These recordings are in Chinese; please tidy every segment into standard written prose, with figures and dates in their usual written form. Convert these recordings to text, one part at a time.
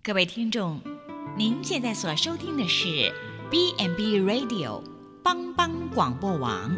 各位听众，您现在所收听的是 B&B Radio 帮帮广播网。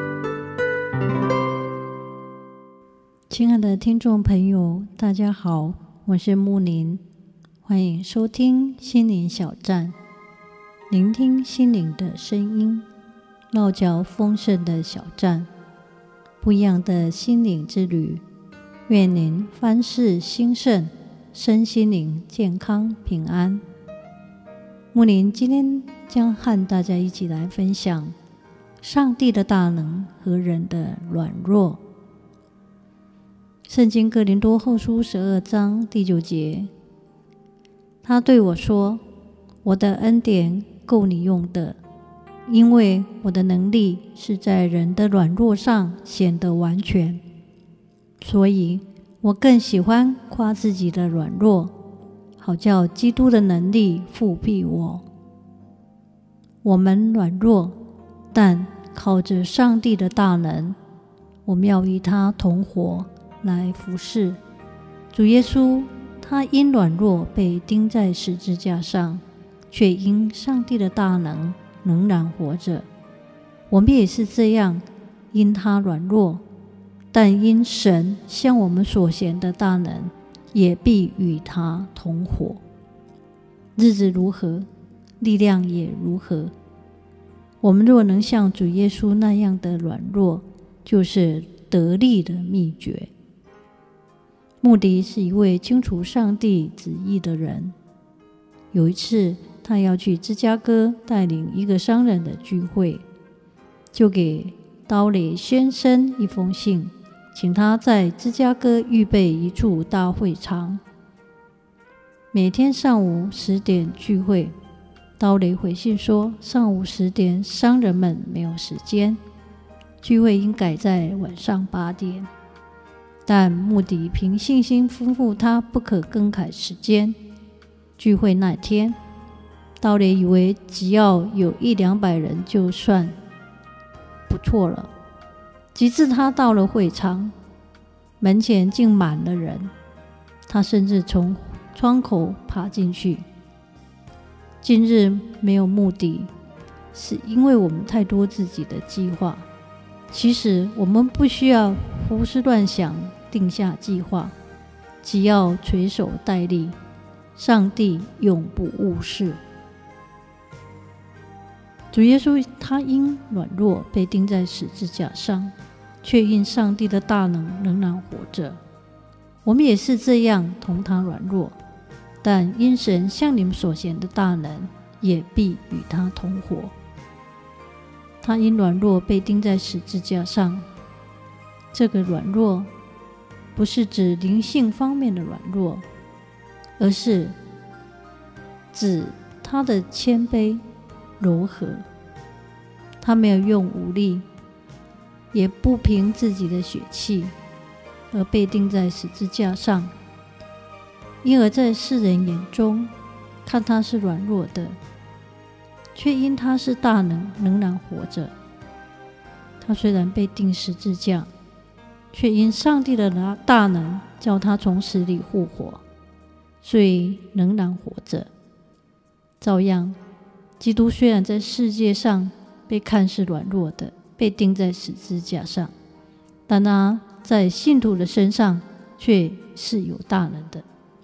亲爱的听众朋友，大家好，我是木林，欢迎收听心灵小站，聆听心灵的声音，落脚丰盛的小站，不一样的心灵之旅。愿您凡事兴盛，身心灵健康平安。木林今天将和大家一起来分享上帝的大能和人的软弱。圣经哥林多后书12章第9节，他对我说，我的恩典够你用的，因为我的能力是在人的软弱上显得完全。所以我更喜欢夸自己的软弱，好叫基督的能力覆庇我。我们软弱，但靠着上帝的大能，我们要与他同活，来服侍主耶稣。他因软弱被钉在十字架上，却因上帝的大能仍然活着。我们也是这样，因他软弱，但因神向我们所显的大能，也必与他同活。日子如何，力量也如何。我们若能像主耶稣那样的软弱，就是得力的秘诀。穆迪是一位清楚上帝旨意的人。有一次，他要去芝加哥带领一个商人的聚会，就给刀雷先生一封信，请他在芝加哥预备一处大会场，每天上午10点聚会。刀雷回信说，上午10点商人们没有时间，聚会应改在晚上8点。但穆迪凭信心吩咐他不可更改时间。聚会那天，刀雷以为只要有100-200人就算不错了。及至他到了会场，门前竟满了人，他甚至从窗口爬进去。今日没有目的，是因为我们太多自己的计划。其实我们不需要胡思乱想，定下计划，只要垂手待立，上帝永不误事。主耶稣他因软弱被钉在十字架上，却因上帝的大能仍然活着。我们也是这样，同他软弱，但因神向你们所显的大能，也必与他同活。他因软弱被钉在十字架上，这个软弱不是指灵性方面的软弱，而是指他的谦卑柔和。他没有用武力，也不凭自己的血气，而被钉在十字架上，因而在世人眼中看他是软弱的，却因他是大能仍然活着。他虽然被钉十字架，却因上帝的大能叫他从死里复活，所以仍然活着。照样，基督虽然在世界上被看是软弱的，被钉在十字架上，但他在信徒的身上却是有大能的，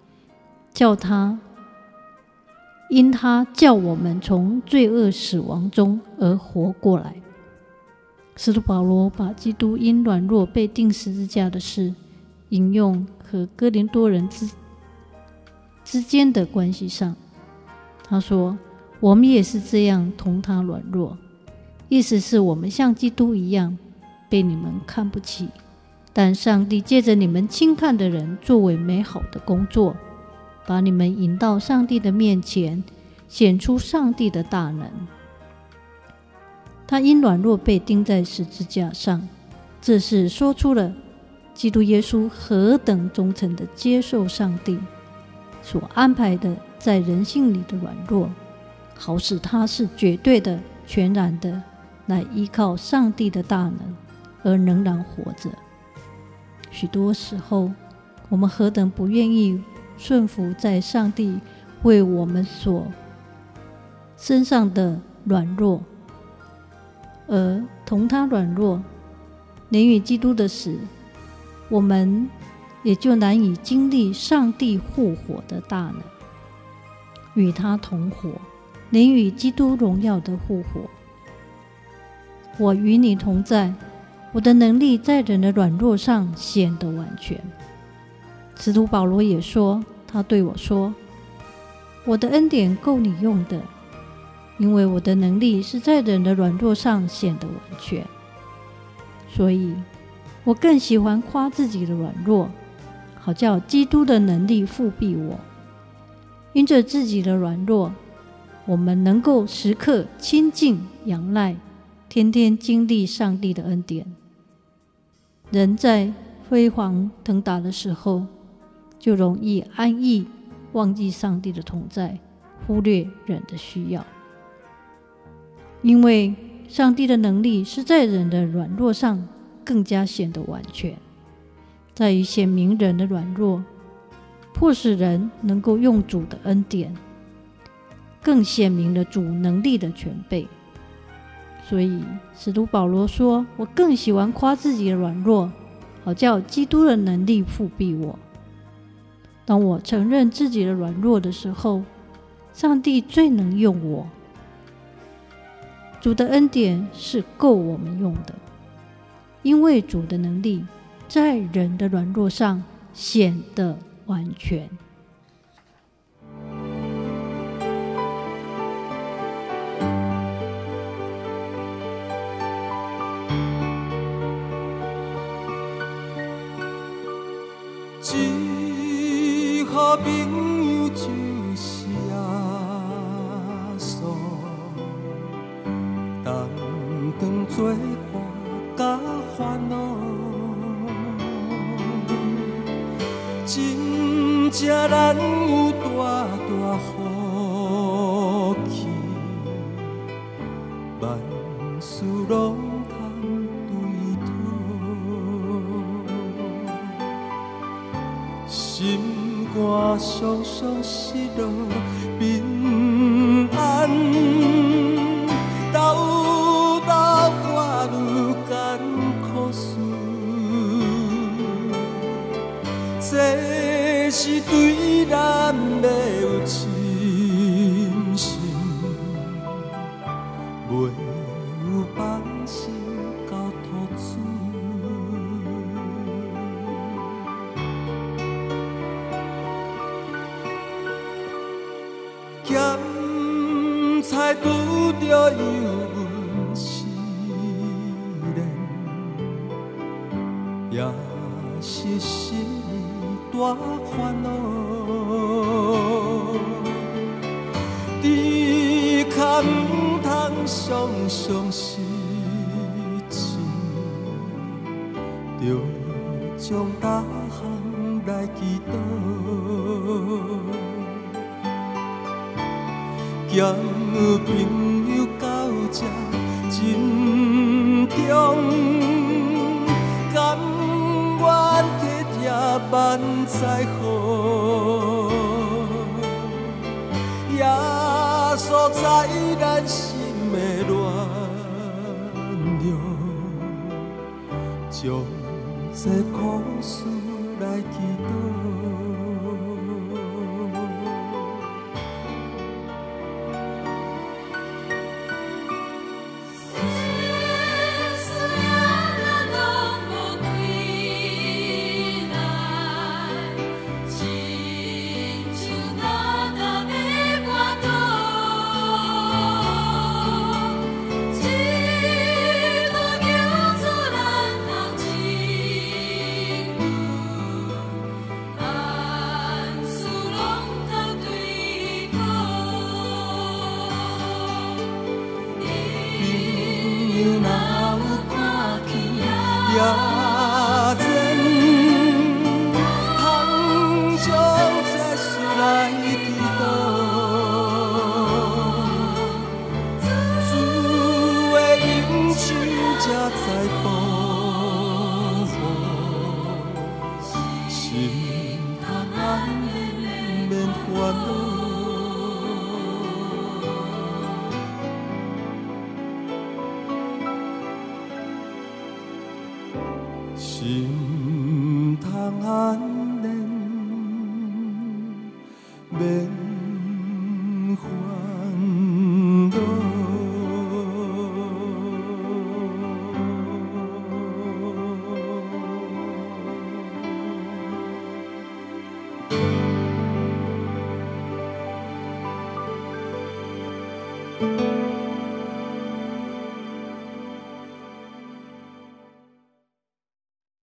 因他叫我们从罪恶死亡中而活过来。使徒保罗把基督因软弱被钉十字架的事引用和哥林多人之间的关系上。他说，我们也是这样同他软弱，意思是我们像基督一样被你们看不起，但上帝借着你们轻看的人作为美好的工作，把你们引到上帝的面前，显出上帝的大能。他因软弱被钉在十字架上，这是说出了基督耶稣何等忠诚地接受上帝所安排的在人性里的软弱，好使他是绝对的、全然的来依靠上帝的大能而仍然活着。许多时候，我们何等不愿意顺服在上帝为我们所身上的软弱，而同他软弱，连与基督的死，我们也就难以经历上帝复活的大能，与他同活，连与基督荣耀的复活。我与你同在，我的能力在人的软弱上显得完全。使徒保罗也说，他对我说，我的恩典够你用的，因为我的能力是在人的软弱上显得完全。所以我更喜欢夸自己的软弱，好叫基督的能力复庇我。因着自己的软弱，我们能够时刻亲近仰赖，天天经历上帝的恩典。人在飞黄腾达的时候，就容易安逸，忘记上帝的同在，忽略人的需要。因为上帝的能力是在人的软弱上更加显得完全，在于显明人的软弱，迫使人能够用主的恩典，更显明了主能力的全备。所以使徒保罗说，我更喜欢夸自己的软弱，好叫基督的能力复庇我。当我承认自己的软弱的时候，上帝最能用我。主的恩典是够我们用的，因为主的能力在人的软弱上显得完全。 一好朋友就是耶稣，同当作伴甲烦恼，真正难有大大福气，万事拢通对讨。心肝常常失落，平安斗斗挂愈艰苦事，这是对咱要有信心，袂有放心交托主。咸菜拄着油温试炼，也是心大烦恼。只可唔通常常失志，着将大项来祈祷。咸朋友到这真重，甘愿体贴万载好，耶稣在咱心的软弱，将这苦事来祈祷。也真通将这事来祈祷，主的恩手才在保护，心通安免烦恼。 心